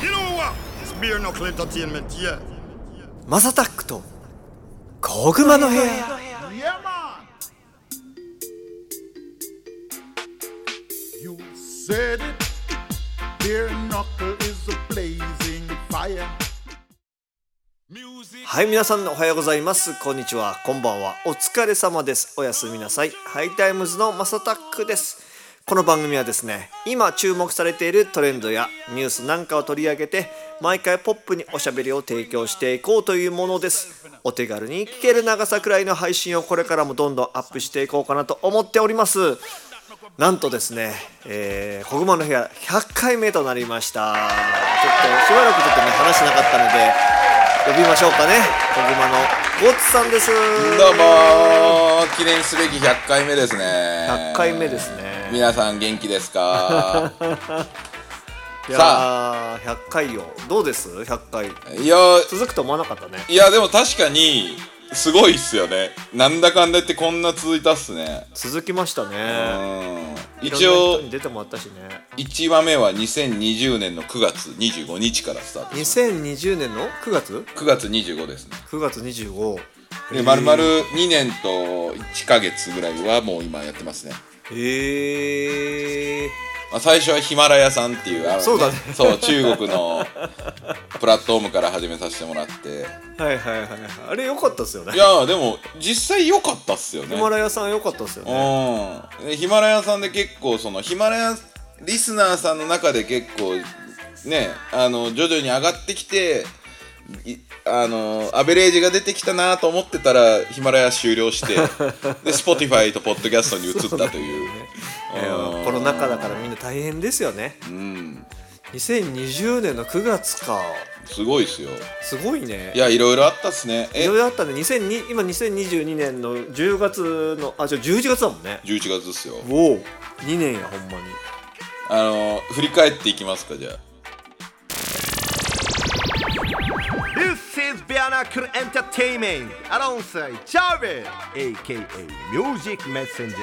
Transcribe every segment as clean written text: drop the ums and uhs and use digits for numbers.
マサタックと小熊の部屋。はい、皆さんおはようございます。こんにちは、こんばんは。お疲れ様です。おやすみなさい。ハイタイムズのマサタックです。この番組はですね、今注目されているトレンドやニュースなんかを取り上げて、毎回ポップにおしゃべりを提供していこうというものです。お手軽に聞ける長さくらいの配信をこれからもどんどんアップしていこうかなと思っております。なんとですね、小熊の部屋100回目となりました。ちょっとしばらく話してなかったので呼びましょうかね。小熊のゴッツさんです。 どうも記念すべき100回目ですね。 100回目ですね。 皆さん元気ですか？ いやー、100回よ。どうです ?100 回。 いや続くと思わなかったね。 いやでも確かにすごいっすよね。なんだかんだ言ってこんな続いたっすね。 続きましたね。 一応出てもらったしね。 1話目は2020年の9月25日からスタート。 2020年の9月 9月25ですね。 9月25 で丸々2年と1ヶ月ぐらいはもう今やってますね。最初はヒマラヤさんっていうそうだね。 そう中国のプラットフォームから始めさせてもらってはいあれ良かったっすよね。 いやでも実際良かったっすよね。 ヒマラヤさん良かったっすよね。 でヒマラヤさんで結構そのヒマラヤリスナーさんの中で結構ね徐々に上がってきてアベレージが出てきたなと思ってたらヒマラヤ終了してで Spotify とポッドキャストに移ったというコロナ禍だからみんな大変ですよね。2020年の9月か。 すごいっすよ。 すごいね。 いやいろいろあったっすね。 いろいろあったね。今2022年の10月の11月だもんね。 11月っすよ。 おお2年やほんまに。 振り返っていきますか。じゃあ This is Bianacle Entertainment alongside Chave aka Music Messenger。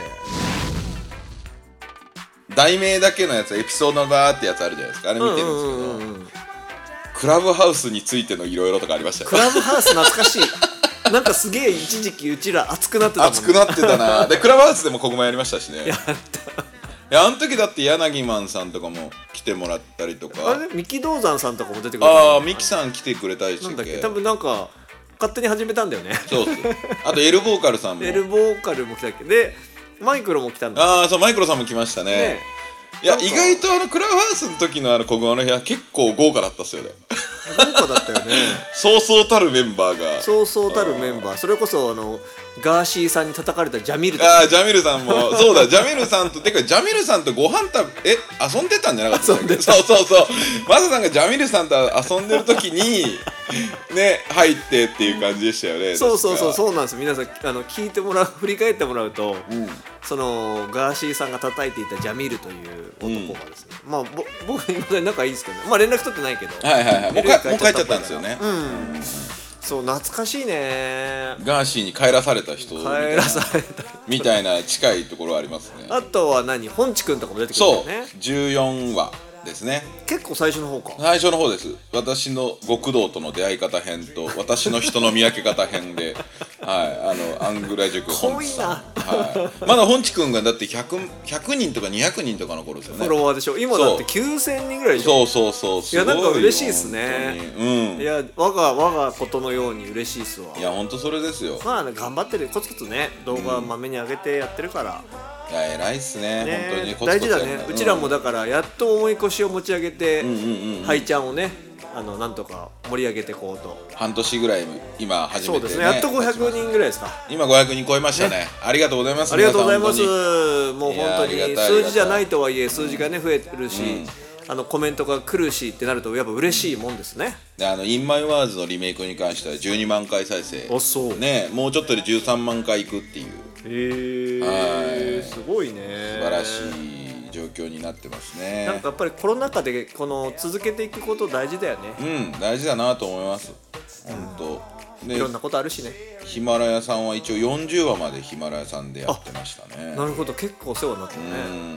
題名だけのやつエピソードバーってやつあるじゃないですか。あれ見てるんですけど、クラブハウスについてのいろいろとかありましたよ。 クラブハウス懐かしい。なんかすげえ一時期うちら熱くなってたもんね。 熱くなってたな。でクラブハウスでもここもやりましたしね。 やった。 いやあの時だって柳マンさんとかも来てもらったりとか。 あれ三木道山さんとかも出てくる。 ミキさん来てくれたりして。 なんだっけ、多分なんか勝手に始めたんだよね。 そうっす。あとエルボーカルさんも。 エルボーカルも来たっけでマイクロも来たんだ。 そうマイクロさんも来ましたね。いや意外とクラブハウスの時の小熊の部屋結構豪華だったっすよね。 豪華だったよね。 そうそうたるメンバーが。 そうそうたるメンバー。それこそガーシーさんに叩かれたジャミルとか。 ジャミルさんもそうだ。ジャミルさんとジャミルさんとご飯遊んでたんじゃなかったっけ。そうマサさんがジャミルさんと遊んでる時にね入ってっていう感じでしたよね。 そうなんです。皆さん聞いてもらう振り返ってもらうと、そのガーシーさんが叩いていたジャミルという男がですね、まあ僕今仲いいですけど、まあ連絡取ってないけど、 もう帰っちゃったんですよね。 そう懐かしいね。 ガーシーに帰らされた人みたいな近いところありますね。 あとは本地くんとかも出てくるんだよね。 そう14話ですね。 結構最初の方か。 最初の方です。私の極道との出会い方編と私の人の見分け方編でアングラ塾本地さん、まだ本地くんがだって100人とか200人とかの頃ですよね。 フォロワーでしょ。今だって9000人ぐらいでしょ。 そういやなんか嬉しいっすね。いや我がことのように嬉しいっすわ。 いやほんとそれですよ。 まあ頑張ってるコツコツね動画まめに上げてやってるから。 いや偉いっすね。本当にコツコツ大事だね。うちらもだからやっと重い腰を持ち上げてハイちゃんをねなんとか盛り上げていこうと。 半年ぐらい今始めてね。 そうですね。やっと500人ぐらいですか。 今500人超えましたね。ありがとうございます。 ありがとうございます。もう本当に数字じゃないとはいえ数字がね増えてるし、コメントが来るしってなるとやっぱ嬉しいもんですね。 でインマイワーズのリメイクに関しては12万回再生。 そうね。もうちょっとで13万回いくっていう。 すごいね。 素晴らしい状況になってますね。 なんかやっぱりコロナ禍で続けていくこと大事だよね。 大事だなと思います。本当。 いろんなことあるしね。 ヒマラヤさんは一応40話までヒマラヤさんでやってましたね。 なるほど。結構お世話になったね。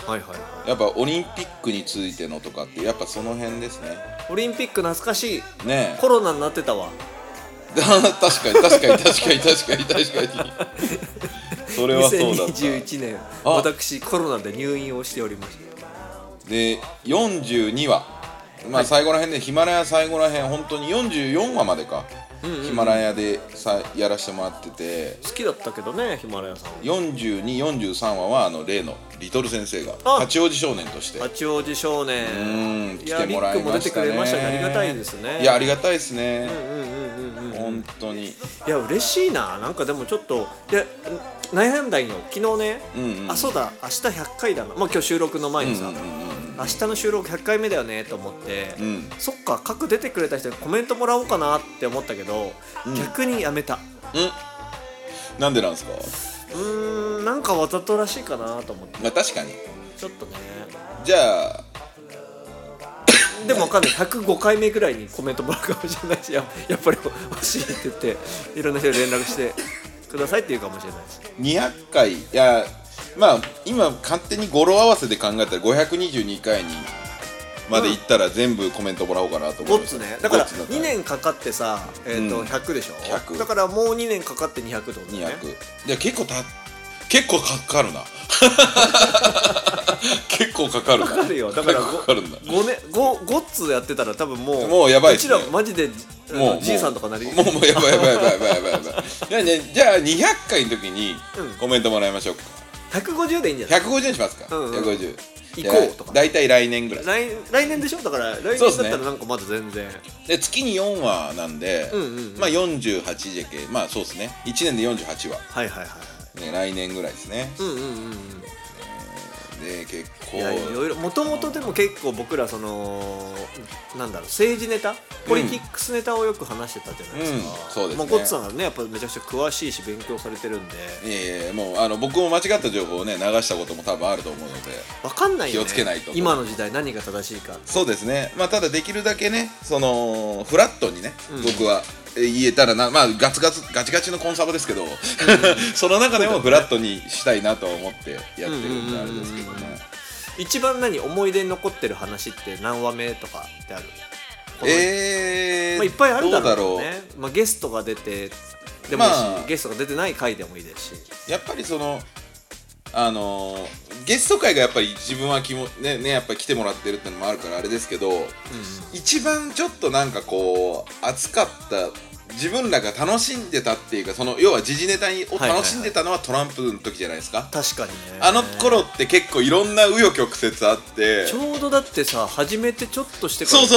はいはいはい。 やっぱオリンピックについてのとかってやっぱその辺ですね。 オリンピック懐かしいねえコロナになってたわ。 確かにそれはそうだった。 2021年あ私コロナで入院をしておりました。 で42話、まあ最後ら辺で、ヒマラヤ最後ら辺本当に44話までか、ヒマラヤでやらせてもらってて、 好きだったけどね、ヒマラヤさん。 42、43話は例のリトル先生があ八王子少年として八王子少年来てもらいましたね。 リックも出てくれましたね。ありがたいですね。 いやありがたいですね、本当に。 いや嬉しいな。なんかでもちょっと悩んだんよ昨日ね、あそうだ明日100回だな、まあ今日収録の前にさ、明日の収録100回目だよねと思って、そっか各出てくれた人にコメントもらおうかなって思ったけど、逆にやめた。 なんでなんですか？ なんかわざとらしいかなと思って。 まあ確かにちょっとね。 じゃあでもわかんない、105回目ぐらいにコメントもらうかもしれないし、やっぱり欲しいって言っていろんな人に連絡してくださいって言うかもしれないし、 200回、いやまあ今勝手に語呂合わせで考えたら522回にまで行ったら全部コメントもらおうかなと思います。 ゴッツね。だから2年かかってさ、100でしょ。 100 だからもう2年かかって200ってことね。 200で結構かかるな結構かかるな。 かかるよ。だからかかるんだ。 ゴッツやってたら多分もうやばいっすね。 うちらマジでじいさんとかなりもうやばいじゃあ200回の時にコメントもらいましょうか。 150でいいんじゃない ？150にしますか。150 行こうとか。 だいたい来年ぐらい。 来年でしょ。だから来年だったらなんかまだ全然で月に4話なんで、まあ48じゃけ、まあそうですね、1年で48話、 はいはいはい、 ね、来年ぐらいですね。で結構いろいろもともとでも結構僕らそのなんだろう、政治ネタ、ポリティックスネタをよく話してたじゃないですか。 そうですね。 ゴッツさんがねやっぱめちゃくちゃ詳しいし勉強されてるんで、 もう僕も間違った情報をね流したことも多分あると思うので分かんないよね、 気をつけないと。 今の時代何が正しいか。 そうですね。まあただできるだけね、そのフラットにね、僕は言えたらな、まあガチガチのコンサバですけど、その中でもフラットにしたいなと思ってやってるんであれですけどね。 一番思い出に残ってる話って何話目とかってある？まあいっぱいあるだろうね。まあゲストが出てでもいいし、ゲストが出てない回でもいいですし、 やっぱりそのゲスト会がやっぱり自分はねやっぱり来てもらってるってのもあるからあれですけど、一番ちょっとなんかこう熱かった自分らが楽しんでたっていうか、その要は時事ネタを楽しんでたのはトランプの時じゃないですか。 確かにね。 あの頃って結構いろんな紆余曲折あって、 ちょうどだってさ始めてちょっとしてからそう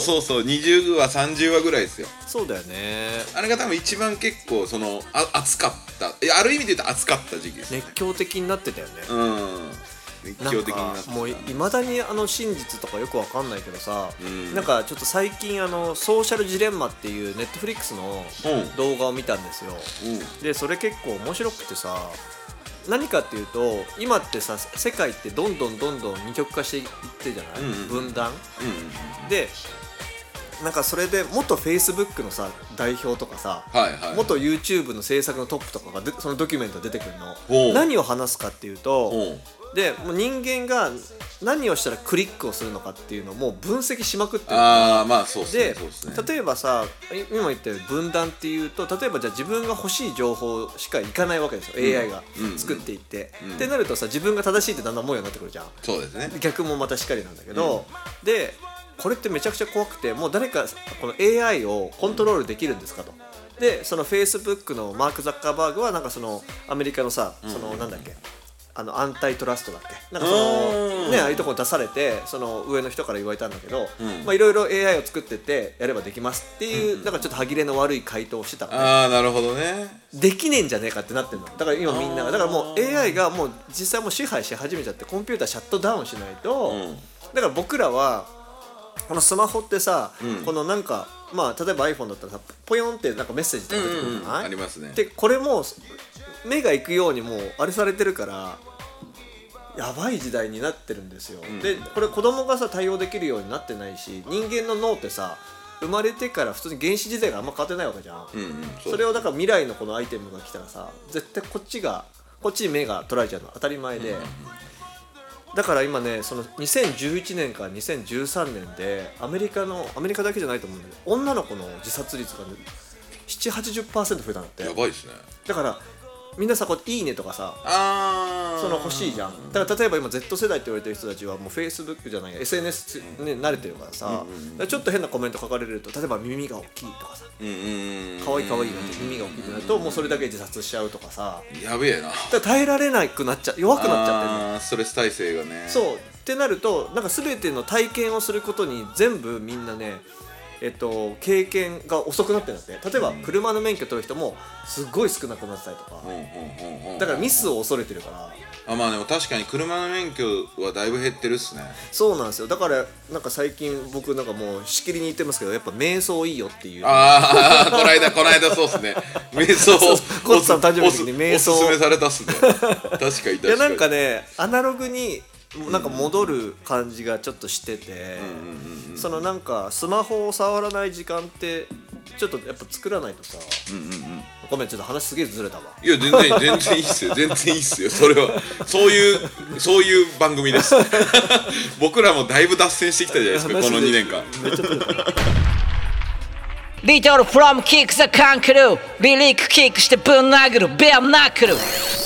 20話30話ぐらいですよ。 そうだよね。 あれが多分一番結構その熱かった、ある意味で言うと熱かった時期です、ね、 熱狂的になってたよね。 熱狂的になってた。 もういまだに真実とかよくわかんないけどさ、なんかちょっと最近ソーシャルジレンマっていうネットフリックスの動画を見たんですよ。でそれ結構面白くてさ、何かっていうと今ってさ世界ってどんどん二極化していってるじゃない、分断、でなんかそれで元 Facebook のさ代表とかさ、元 YouTube の制作のトップとかがそのドキュメント出てくるの。何を話すかっていうと、でもう人間が何をしたらクリックをするのかっていうのをもう分析しまくってる。 まあそうですね。 で例えばさ今言ったように分断っていうと、例えばじゃあ自分が欲しい情報しかいかないわけですよ、AI が作っていって、ってなるとさ自分が正しいってだんだん思うようになってくるじゃん。 そうですね。 逆もまたしっかりなんだけど、でこれってめちゃくちゃ怖くて、もう誰かこの AI をコントロールできるんですかと。でその Facebook のマーク・ザッカーバーグはなんかそのアメリカのさ、そのなんだっけ、アンタイトラストだっけ、なんかそのね、ああいうところに出されて、その上の人から言われたんだけど、まあいろいろ AI を作ってってやればできますっていう、なんかちょっと歯切れの悪い回答をしてたのね。 なるほどね。 できねえんじゃねえかってなってんの。だから今みんながだからもう AI がもう実際もう支配し始めちゃって、コンピューターシャットダウンしないと、だから僕らはこのスマホってさ、このなんかまあ例えば iPhone だったらさポヨンってなんかメッセージとか出てくるじゃない？ ありますね。 でこれも目が行くようにもうあれされてるからやばい時代になってるんですよ。でこれ子供がさ対応できるようになってないし、人間の脳ってさ生まれてから普通に原始時代があんま変わってないわけじゃん。それをだから未来のこのアイテムが来たらさ絶対こっちに目が取られちゃうのは当たり前で、 だから今ねその2011年から2013年でアメリカだけじゃないと思うんだけど女の子の自殺率が、ね、7-80% 増えたんだって。 やばいですね。 だからみんなさこういいねとかさその欲しいじゃん。だから例えば今 Z 世代って言われてる人たちはもう Facebook じゃない SNS ね慣れてるからさ、だからちょっと変なコメント書かれると例えば耳が大きいとかさ可愛い可愛いなって耳が大きくなるともうそれだけで自殺しちゃうとかさ、 やべえな。 だから耐えられなくなっちゃう弱くなっちゃってるの。 ストレス耐性がね。 そうってなるとなんか全ての体験をすることに全部みんなね経験が遅くなってるんだって。例えば車の免許取る人もすごい少なくなってたりとか、だからミスを恐れてるから。 まあでも確かに車の免許はだいぶ減ってるっすね。 そうなんですよ。だからなんか最近僕なんかもうしきりに言ってますけどやっぱ瞑想いいよっていう。 この間そうっすね。瞑想をコッツさん誕生日の時に瞑想おすすめされたっすね。確かにいやなんかねアナログになんか戻る感じがちょっとしてて、そのなんかスマホを触らない時間ってちょっとやっぱ作らないとさ、ごめんちょっと話すげえずれたわ。 いや全然いいっすよ。全然いいっすよ。それはそういう番組です。僕らもだいぶ脱線してきたじゃないですかこの2年間。 めっちゃずれた。 リトルフロムキックザカンクルーリリックキックしてぶん殴るベアナックル。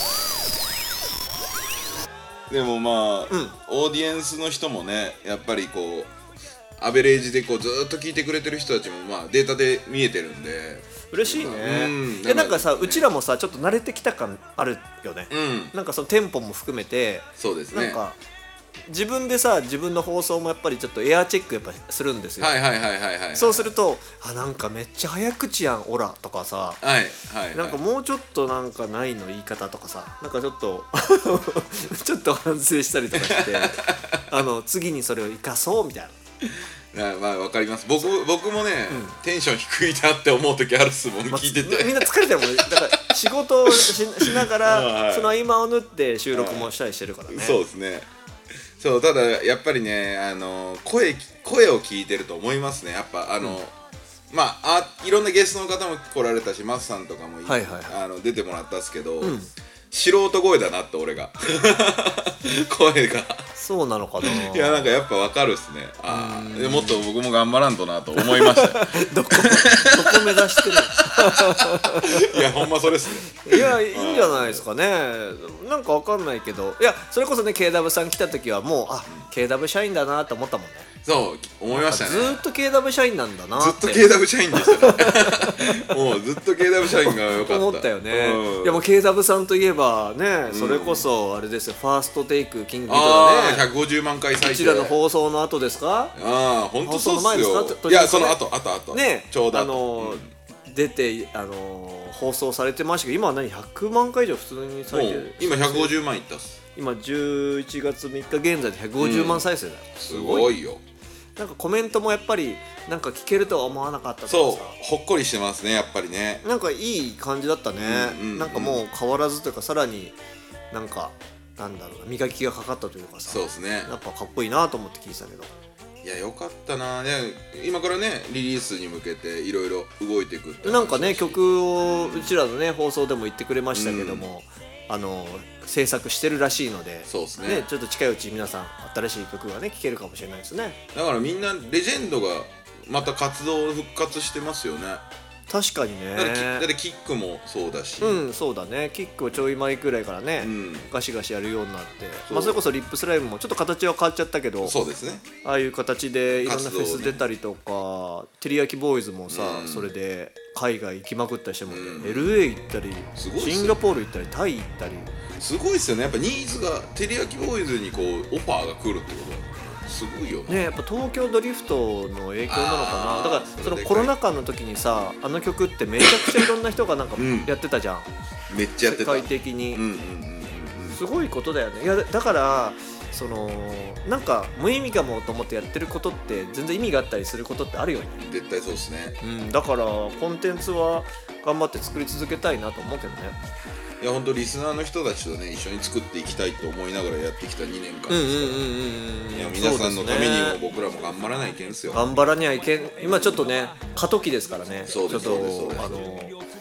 でもまあ、オーディエンスの人もねやっぱりこうアベレージでこうずっと聞いてくれてる人たちもまあデータで見えてるんで嬉しいね。なんかさうちらもさちょっと慣れてきた感あるよね。なんかそのテンポも含めてそうですね。 なんか自分でさ自分の放送もやっぱりちょっとエアチェックやっぱするんですよ。そうするとなんかめっちゃ早口やんオラとかさ、なんかもうちょっとなんかないの言い方とかさなんかちょっとちょっと反省したりとかして次にそれを生かそうみたいな。 まあわかります。僕もね、テンション低いなって思う時あるっすもん、聞いてて。 みんな疲れてるもんね。だから仕事を しながらその合間を縫って収録もしたりしてるからね。 そうですね。そうただやっぱりね声を聞いてると思いますね。やっぱまあいろんなゲストの方も来られたしマスさんとかも出てもらったんですけど、素人声だなって俺が声がそうなのかな。 いやなんかやっぱ分かるっすね。もっと僕も頑張らんとなと思いましたどこ目指してるいやほんまそれっすね。 いやいいんじゃないですかね。なんか分かんないけどいやそれこそね KW さん来た時はもうKW 社員だなって思ったもんね。 そう思いましたね。 ずっと KW 社員なんだなって。 ずっと KW 社員でしたねもうずっと KW 社員が良かった思ったよね。いやもう KW さんといえばねそれこそあれですよファーストテイクキングビートだね。 150万回再生。 うちらの放送の後ですか。 本当そうっすよ。いやその後ねちょうど出て放送されてましたけど今は何100万回以上普通に再生。 今150万いったっす。 今11月3日現在で150万再生だよ。 すごいよ。 なんかコメントもやっぱりなんか聞けるとは思わなかったとかさ。 そうほっこりしてますねやっぱりね。 なんかいい感じだったね。なんかもう変わらずというかさらになんかなんだろうな磨きがかかったというかさ。 そうですね。 やっぱかっこいいなと思って聞いてたけど。 いやよかったな。今からねリリースに向けていろいろ動いていくってなんかね曲をうちらのね放送でも言ってくれましたけども、制作してるらしいので、 そうですね。 ちょっと近いうち皆さん新しい曲がね聴けるかもしれないですね。 だからみんなレジェンドがまた活動復活してますよね。 確かにね。 だってキックもそうだし、 そうだね。キックをちょい前くらいからね、ガシガシやるようになって、それこそリップスライムもちょっと形は変わっちゃったけど、 そうですね。 ああいう形でいろんなフェス出たりとか、テリヤキボーイズもさ、それで海外行きまくったりしてもね、LA 行ったりシンガポール行ったりタイ行ったりすごいですよね。やっぱニーズがテリヤキボーイズにこうオファーが来るってことだすごいよね。 やっぱ東京ドリフトの影響なのかな。だからそのコロナ禍の時にさあの曲ってめちゃくちゃいろんな人がなんかやってたじゃん、 めっちゃやってた世界的に、すごいことだよね。いやだからそのなんか無意味かもと思ってやってることって全然意味があったりすることってあるよね。 絶対そうですね、 だからコンテンツは頑張って作り続けたいなと思うけどね。 いや本当リスナーの人たちとね一緒に作っていきたいと思いながらやってきた2年間ですから、いや皆さんのためにも僕らも頑張らないけんすよ。 頑張らにゃいけん。今ちょっとね過渡期ですからね。 そうですちょっと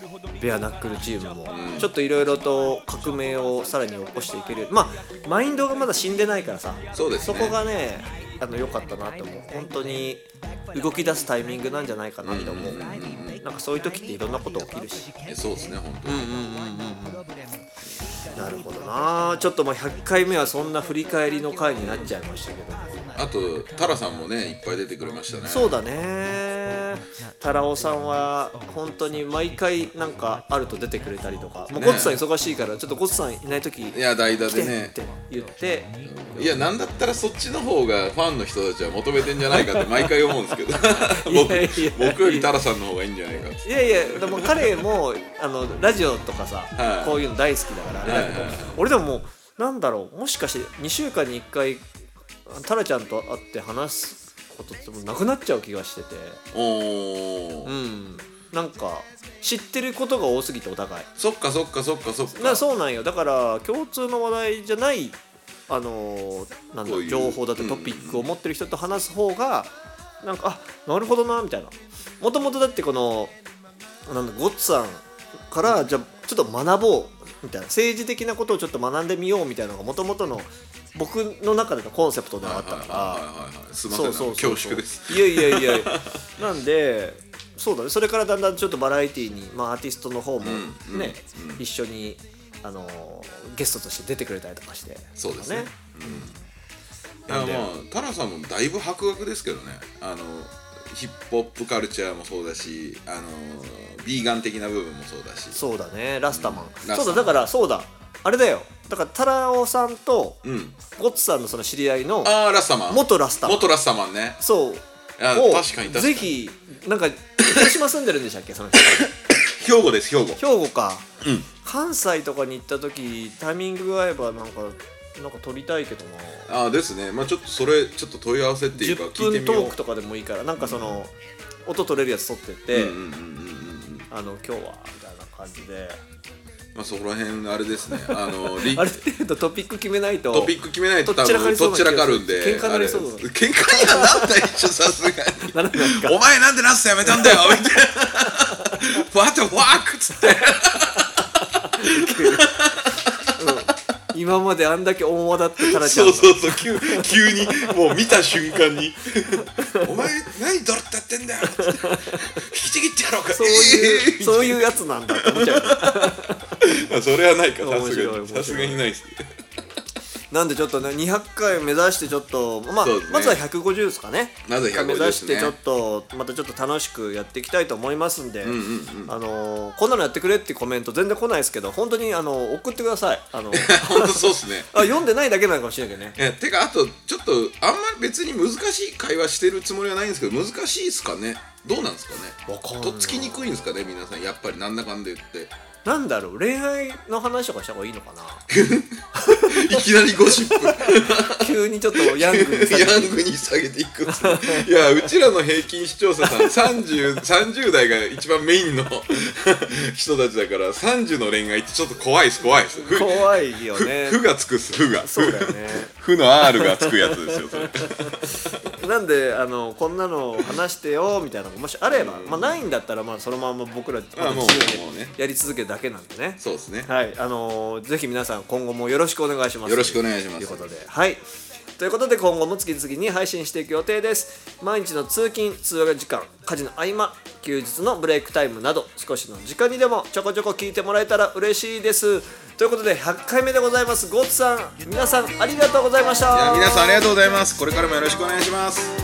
ベアナックルチームも、ちょっといろいろと革命をさらに起こしていける。まあマインドがまだ死んでないからさ、 そうですね、 そこがね良かったなと思う。本当に動き出すタイミングなんじゃないかなと思う。なんかそういう時っていろんなこと起きるし。 そうですね、本当に。 なるほどな。ちょっとまあ100回目はそんな振り返りの回になっちゃいましたけど、 あとタラさんもねいっぱい出てくれましたね。 そうだね。タラオさんは本当に毎回なんかあると出てくれたりとか、もうゴッツさん忙しいからちょっとゴッツさんいない時いや代打でねって言って、 いやなんだったらそっちの方がファンの人たちは求めてんじゃないかって毎回思うんですけど僕よりタラさんの方がいいんじゃないかって。 いやいや、でも彼もラジオとかさ、 はいこういうの大好きだからあれだけど、俺でももうなんだろう、もしかして2週間に1回タラちゃんと会って話すことってもうなくなっちゃう気がしてて、なんか知ってることが多すぎてお互い。 そっかそうなんよ。だから共通の話題じゃないなんだこういう情報だってトピックを持ってる人と話す方がなんかなるほどなみたいな。もともとだってこのゴッツさんからじゃあちょっと学ぼうみたいな、政治的なことをちょっと学んでみようみたいなのがもともとの僕の中でのコンセプトではあったからすいません、恐縮です。 いやなんでそうだね。それからだんだんちょっとバラエティーに、まあ、アーティストの方もね、一緒にゲストとして出てくれたりとかして、 そうですね。いやまあタラさんもだいぶ博学ですけどね。ヒップホップカルチャーもそうだし、ビーガン的な部分もそうだし。そうだね、ラスタマン。そうだ、だからそうだ、あれだよ。だからタラオさんとゴッツさんのその知り合いのラスタマン、 元ラスタマンね。 そう。 確かにぜひなんか広島住んでるんでしたっけ、その人。 兵庫です、兵庫か。関西とかに行った時タイミングが合えばなんか撮りたいけどな。 ですね。まあちょっとそれちょっと問い合わせっていうか聞いてみよう。 10分トークとかでもいいから、なんかその音取れるやつ撮ってて、今日はみたいな感じで。 まあそこら辺あれですね。 ある程度トピック決めないと多分どっちらかるんで。 喧嘩になりそうだ。 喧嘩にはなんないっしょ、さすがに。お前なんでラストやめたんだよみたいな。What the fuck っつって。 今まであんだけ大間だったタラちゃん。 そう急にもう見た瞬間にお前何ドロッとやってんだよ引きちぎってやろうか。 そういうやつなんだって思っちゃう。 それはないか、さすがにないです。 なんでちょっとね200回目指してちょっとまずは150ですかね。 まずは150 目指してちょっとまたちょっと楽しくやっていきたいと思いますんで、こんなのやってくれってコメント全然来ないですけど、本当に送ってください。 本当そうですね。 読んでないだけなのかもしれないけどね。 てかあとちょっとあんまり別に難しい会話してるつもりはないんですけど、難しいですかね。どうなんですかね。とっつきにくいんですかね、皆さん。やっぱりなんだかんだ言ってなんだろう、恋愛の話とかした方がいいのかな。 いきなりゴシップ急にちょっとヤングに下げていく。いや、うちらの平均視聴者さん30代が一番メインの人たちだから、30の恋愛ってちょっと怖いです怖いよね。 負がつくっす。負がそうだよね。 負の R がつくやつですよそれ。 なんでこんなの話してよみたいなのがもしあれば、ないんだったらそのまま僕ら自由にやり続けるだけなんでね。 そうですね。 はい、ぜひ皆さん今後もよろしくお願いします。 よろしくお願いします。 ということで、はい。ということで今後も次々に配信していく予定です。毎日の通勤通話時間、家事の合間、休日のブレイクタイムなど少しの時間にでもちょこちょこ聞いてもらえたら嬉しいです。ということで100回目でございます。ゴッツさん、皆さんありがとうございました。 皆さんありがとうございます。これからもよろしくお願いします。